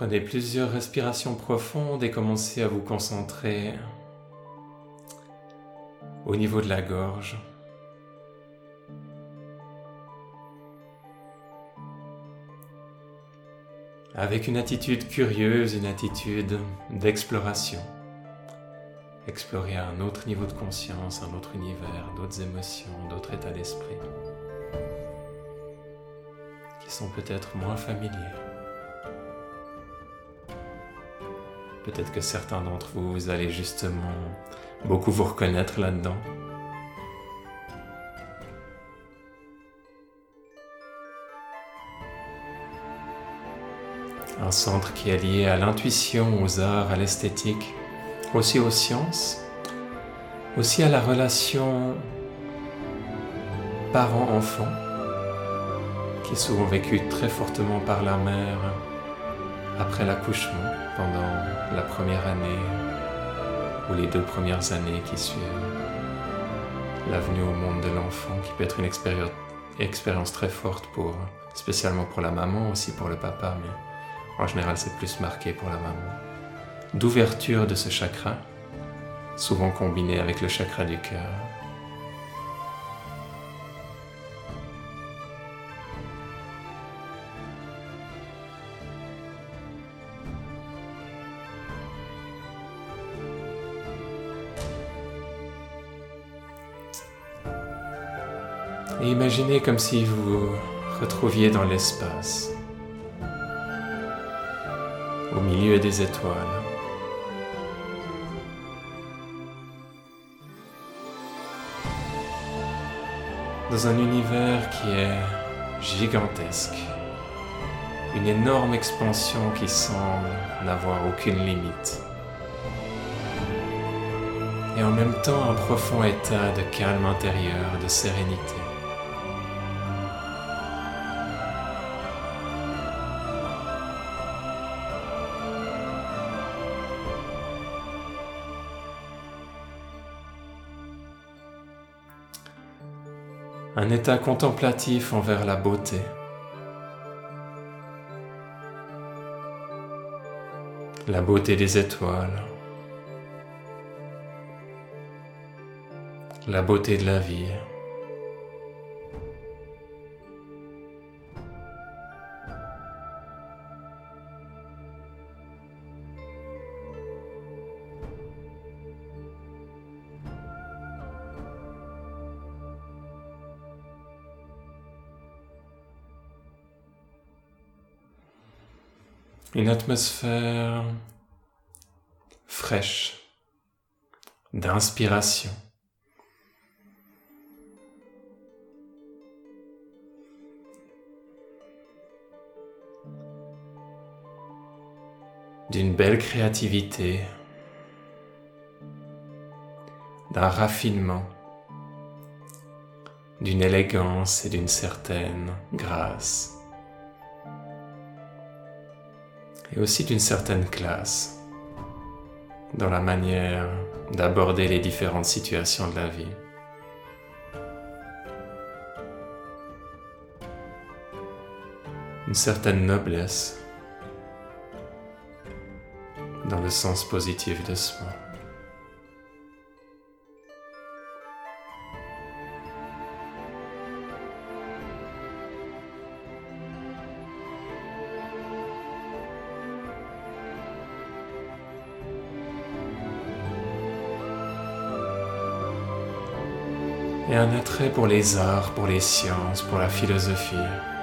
Prenez plusieurs respirations profondes et commencez à vous concentrer au niveau de la gorge. Avec une attitude curieuse, une attitude d'exploration. Explorer un autre niveau de conscience, un autre univers, d'autres émotions, d'autres états d'esprit qui sont peut-être moins familiers. Peut-être que certains d'entre vous, vous allez justement beaucoup vous reconnaître là-dedans. Un centre qui est lié à l'intuition, aux arts, à l'esthétique, aussi aux sciences, aussi à la relation parent-enfant, qui est souvent vécue très fortement par la mère après l'accouchement, pendant la première année ou les 2 premières années qui suivent la venue au monde de l'enfant, qui peut être une expérience très forte, spécialement pour la maman, aussi pour le papa, mais en général, c'est plus marqué pour la maman. D'ouverture de ce chakra, souvent combiné avec le chakra du cœur. Et imaginez comme si vous vous retrouviez dans l'espace, au milieu des étoiles. Dans un univers qui est gigantesque, une énorme expansion qui semble n'avoir aucune limite. Et en même temps un profond état de calme intérieur, de sérénité. Un état contemplatif envers la beauté. La beauté des étoiles. La beauté de la vie. Une atmosphère fraîche, d'inspiration. D'une belle créativité, d'un raffinement, d'une élégance et d'une certaine grâce. Et aussi d'une certaine classe dans la manière d'aborder les différentes situations de la vie. Une certaine noblesse dans le sens positif de ce mot. Et un attrait pour les arts, pour les sciences, pour la philosophie.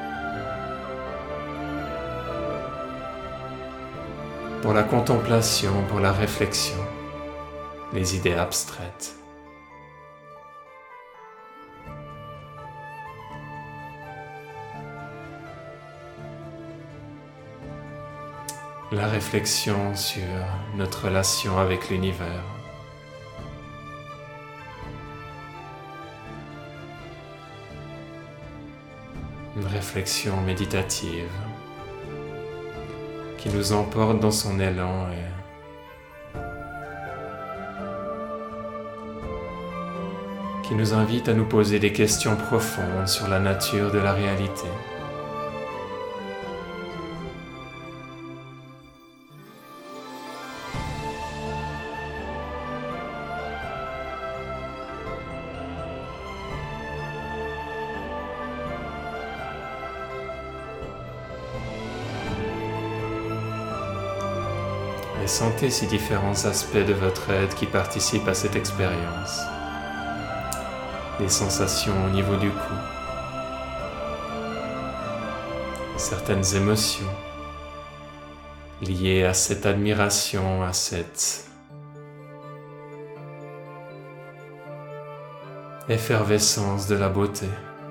Pour la contemplation, pour la réflexion, les idées abstraites. La réflexion sur notre relation avec l'univers. Une réflexion méditative qui nous emporte dans son élan et qui nous invite à nous poser des questions profondes sur la nature de la réalité. sentez ces différents aspects de votre être qui participent à cette expérience. Les sensations au niveau du cou, certaines émotions liées à cette admiration, à cette effervescence de la beauté.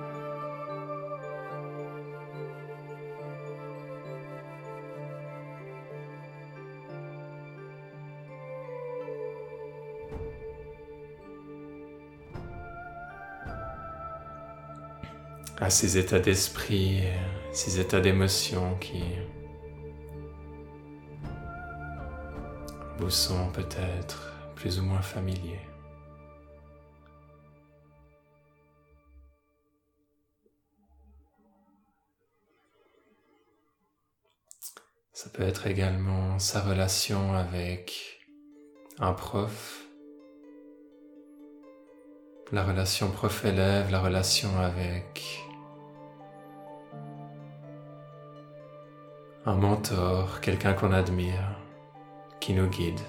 À ces états d'esprit, ces états d'émotion qui vous sont peut-être plus ou moins familiers. Ça peut être également sa relation avec un prof, la relation prof-élève, la relation avec un mentor, quelqu'un qu'on admire, qui nous guide.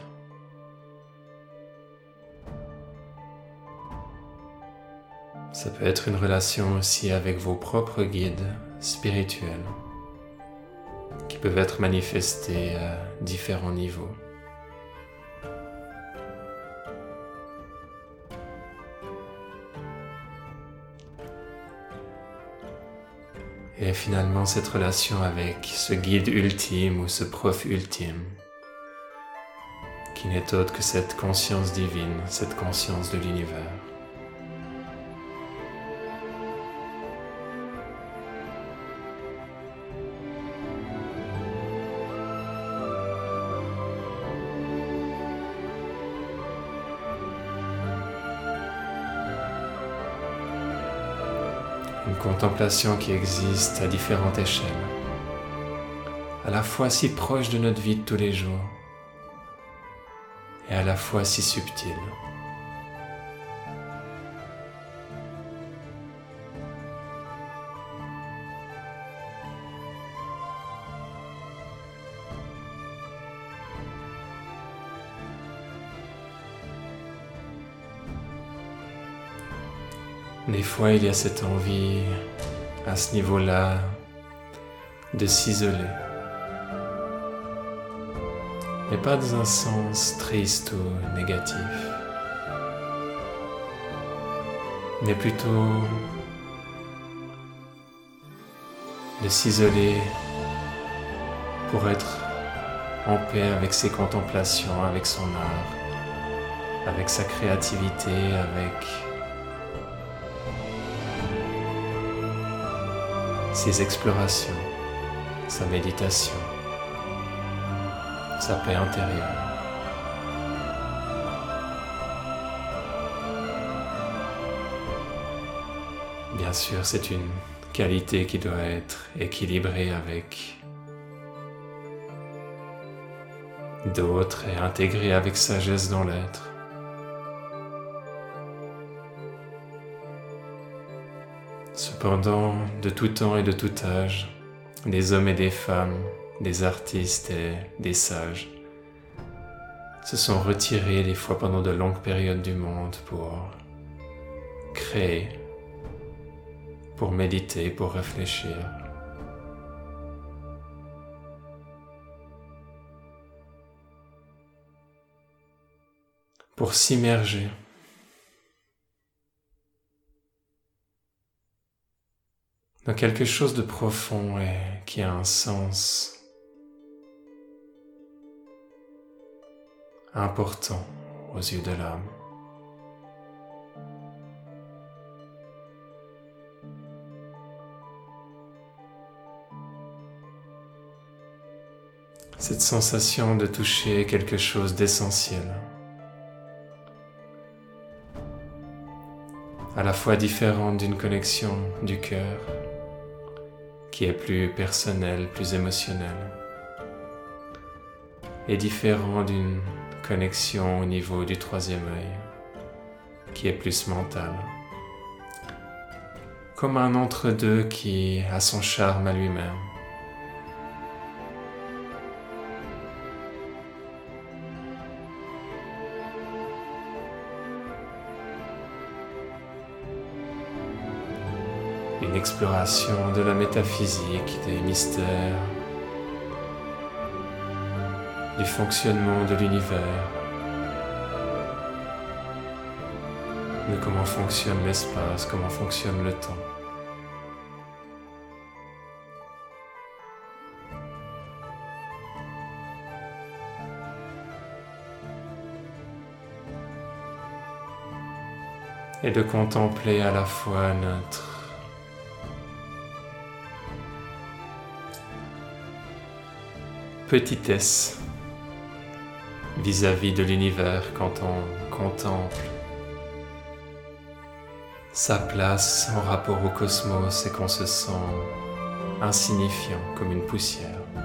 Ça peut être une relation aussi avec vos propres guides spirituels, qui peuvent être manifestés à différents niveaux. Et finalement, cette relation avec ce guide ultime ou ce prof ultime, qui n'est autre que cette conscience divine, cette conscience de l'univers. Une contemplation qui existe à différentes échelles, à la fois si proche de notre vie de tous les jours et à la fois si subtile. Des fois, il y a cette envie, à ce niveau-là, de s'isoler. Mais pas dans un sens triste ou négatif, mais plutôt de s'isoler pour être en paix avec ses contemplations, avec son art, avec sa créativité, avec ses explorations, sa méditation, sa paix intérieure. Bien sûr, c'est une qualité qui doit être équilibrée avec d'autres et intégrée avec sagesse dans l'être. Cependant, de tout temps et de tout âge, des hommes et des femmes, des artistes et des sages se sont retirés des fois pendant de longues périodes du monde pour créer, pour méditer, pour réfléchir. Pour s'immerger dans quelque chose de profond et qui a un sens important aux yeux de l'âme. Cette sensation de toucher quelque chose d'essentiel, à la fois différente d'une connexion du cœur, qui est plus personnelle, plus émotionnelle, et différent d'une connexion au niveau du troisième œil, qui est plus mentale. Comme un entre-deux qui a son charme à lui-même. une exploration de la métaphysique, des mystères, du fonctionnement de l'univers, de comment fonctionne l'espace, comment fonctionne le temps. Et de contempler à la fois notre petitesse vis-à-vis de l'univers quand on contemple sa place en rapport au cosmos et qu'on se sent insignifiant comme une poussière.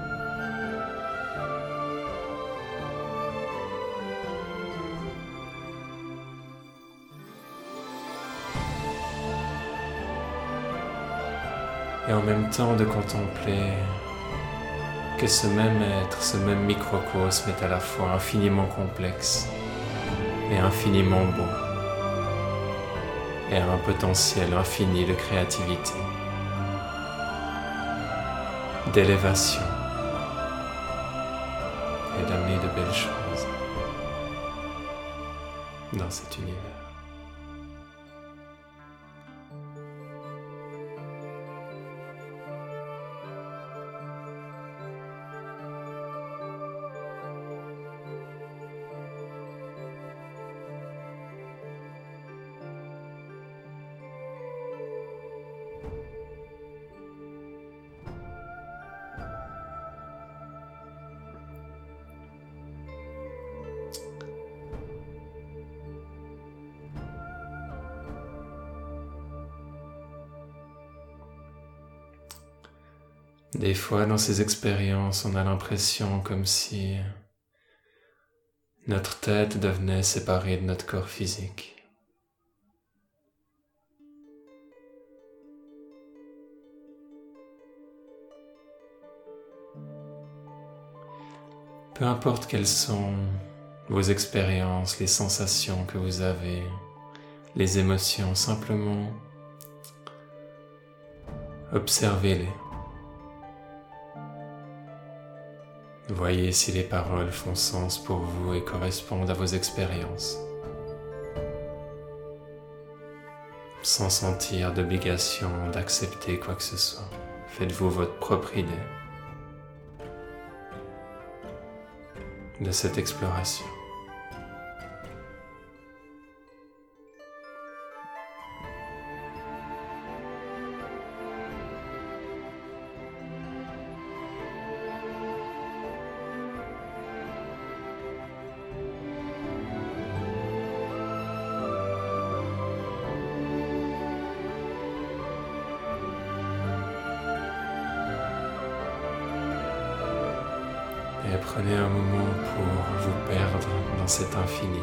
Et en même temps de contempler que ce même être, ce même microcosme est à la fois infiniment complexe et infiniment beau, et a un potentiel infini de créativité, d'élévation et d'amener de belles choses dans cet univers. Des fois, dans ces expériences, on a l'impression comme si notre tête devenait séparée de notre corps physique. Peu importe quelles sont vos expériences, les sensations que vous avez, les émotions, simplement observez-les. Voyez si les paroles font sens pour vous et correspondent à vos expériences, sans sentir d'obligation d'accepter quoi que ce soit. Faites-vous votre propre idée de cette exploration. Et prenez un moment pour vous perdre dans cet infini,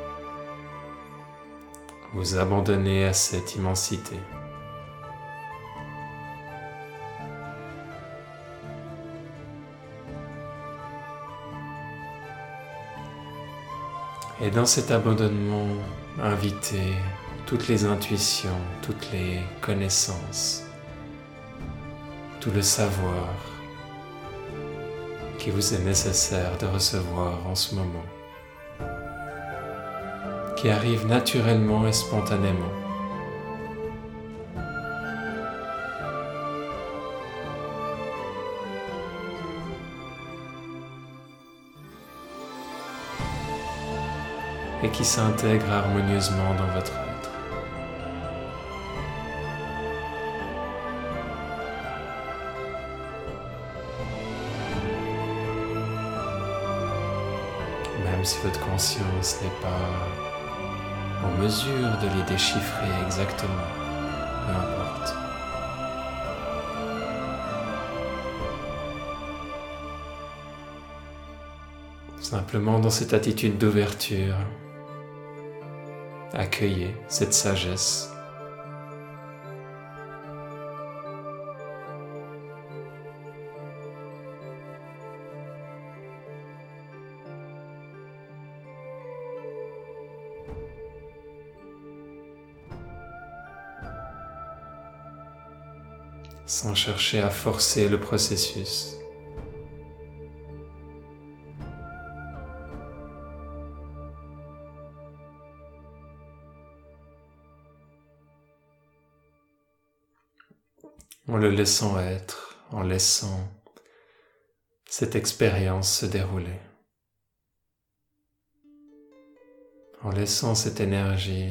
vous abandonner à cette immensité. Et dans cet abandonnement, invitez toutes les intuitions, toutes les connaissances, tout le savoir qui vous est nécessaire de recevoir en ce moment, qui arrive naturellement et spontanément. Et qui s'intègre harmonieusement dans votre être. Même si votre conscience n'est pas en mesure de les déchiffrer exactement, peu importe. Simplement dans cette attitude d'ouverture, accueillez cette sagesse. sans chercher à forcer le processus. En le laissant être, en laissant cette expérience se dérouler, en laissant cette énergie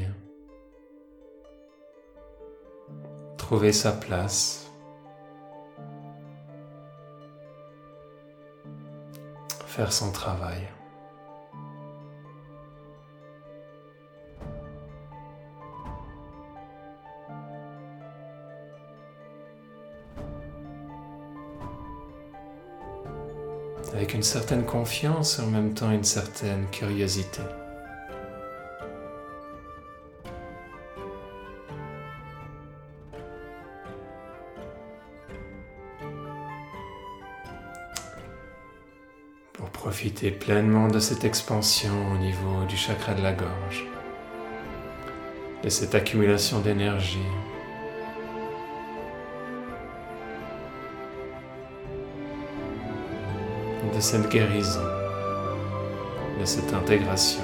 trouver sa place, faire son travail. Avec une certaine confiance et en même temps une certaine curiosité. Pour profiter pleinement de cette expansion au niveau du chakra de la gorge, de cette accumulation d'énergie, de cette guérison, de cette intégration.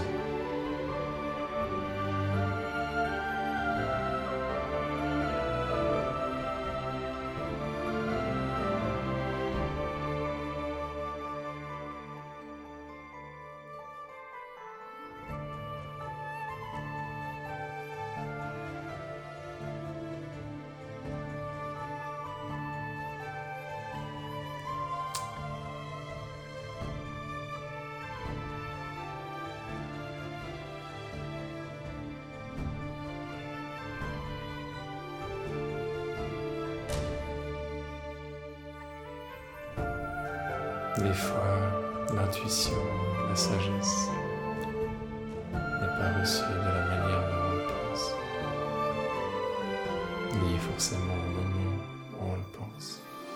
Des fois, l'intuition, la sagesse n'est pas reçue de la manière dont on le pense, ni forcément au moment où on le pense.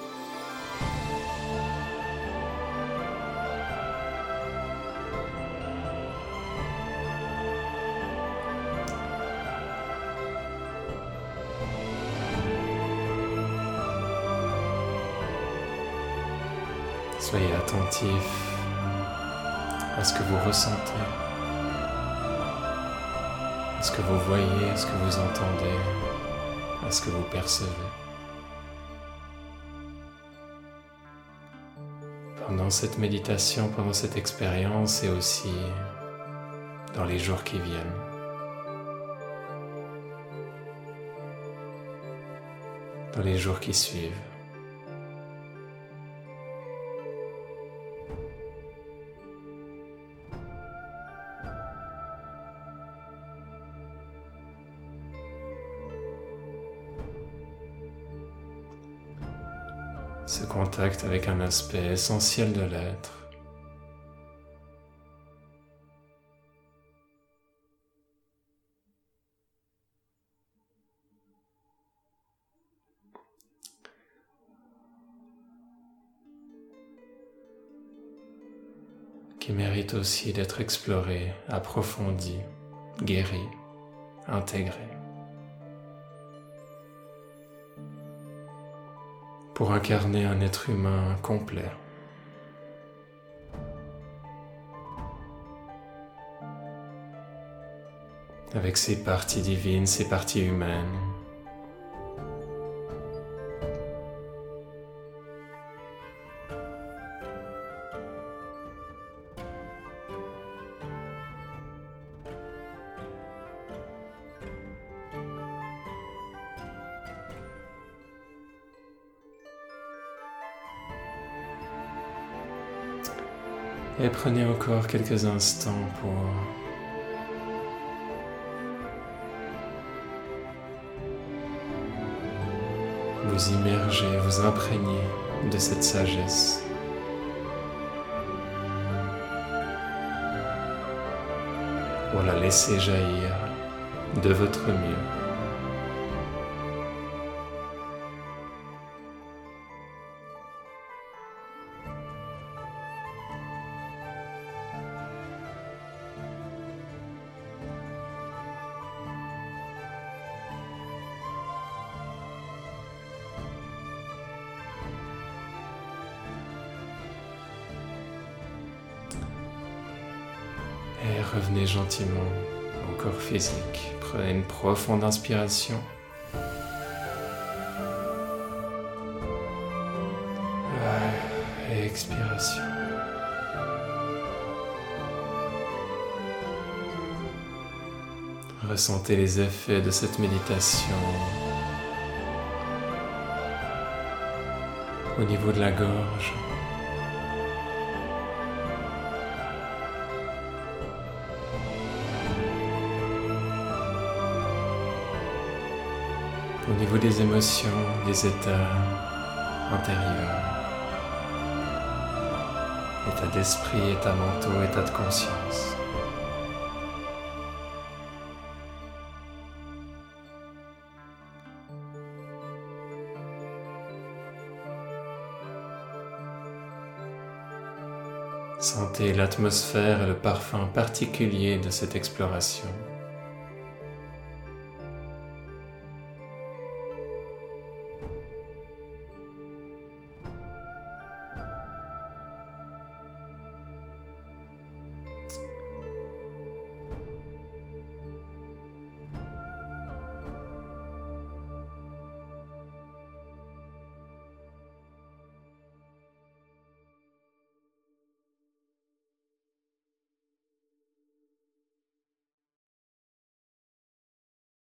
Soyez attentifs à ce que vous ressentez, à ce que vous voyez, à ce que vous entendez, à ce que vous percevez. Pendant cette méditation, pendant cette expérience et aussi dans les jours qui viennent. Dans les jours qui suivent. Ce contact avec un aspect essentiel de l'être. Qui mérite aussi d'être exploré, approfondi, guéri, intégré. Pour incarner un être humain complet. Avec ses parties divines, ses parties humaines. Et prenez encore quelques instants pour vous immerger, vous imprégner de cette sagesse. Pour la laisser jaillir de votre mieux. Et revenez gentiment au corps physique. Prenez une profonde inspiration. Et expiration. Ressentez les effets de cette méditation au niveau de la gorge. Au niveau des émotions, des états intérieurs, état d'esprit, état mentaux, état de conscience. Sentez l'atmosphère et le parfum particulier de cette exploration.